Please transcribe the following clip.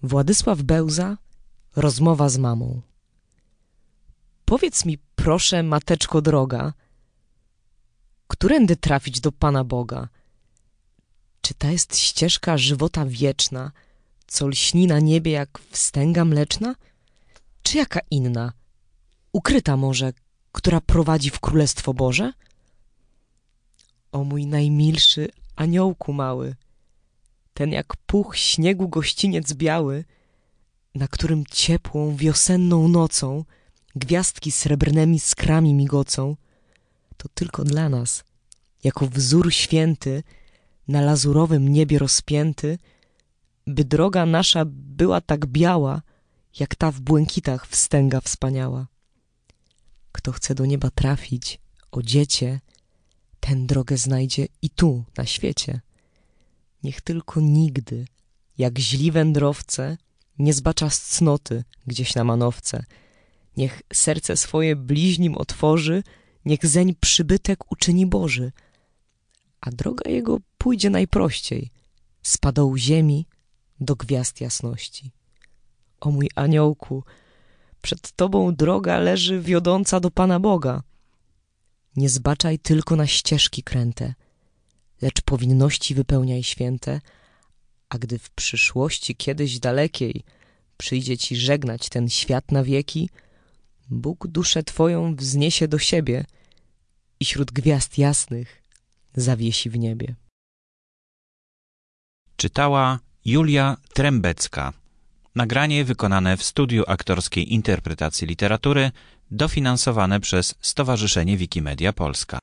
Władysław Bełza, rozmowa z mamą. Powiedz mi, proszę, mateczko droga, którędy trafić do Pana Boga? Czy ta jest ścieżka żywota wieczna, co lśni na niebie jak wstęga mleczna? Czy jaka inna, ukryta może, która prowadzi w Królestwo Boże? O mój najmilszy aniołku mały, ten jak puch śniegu gościniec biały, na którym ciepłą wiosenną nocą gwiazdki srebrnymi skrami migocą, to tylko dla nas, jako wzór święty, na lazurowym niebie rozpięty, by droga nasza była tak biała, jak ta w błękitach wstęga wspaniała. Kto chce do nieba trafić, o dziecię, ten drogę znajdzie i tu, na świecie. Niech tylko nigdy, jak źli wędrowce, nie zbacza z cnoty gdzieś na manowce. Niech serce swoje bliźnim otworzy, niech zeń przybytek uczyni Boży. A droga jego pójdzie najprościej, z padołu ziemi do gwiazd jasności. O mój aniołku, przed tobą droga leży wiodąca do Pana Boga. Nie zbaczaj tylko na ścieżki kręte, lecz powinności wypełniaj święte, a gdy w przyszłości kiedyś dalekiej przyjdzie ci żegnać ten świat na wieki, Bóg duszę twoją wzniesie do siebie i wśród gwiazd jasnych zawiesi w niebie. Czytała Julia Trębecka. Nagranie wykonane w Studiu Aktorskiej Interpretacji Literatury, dofinansowane przez Stowarzyszenie Wikimedia Polska.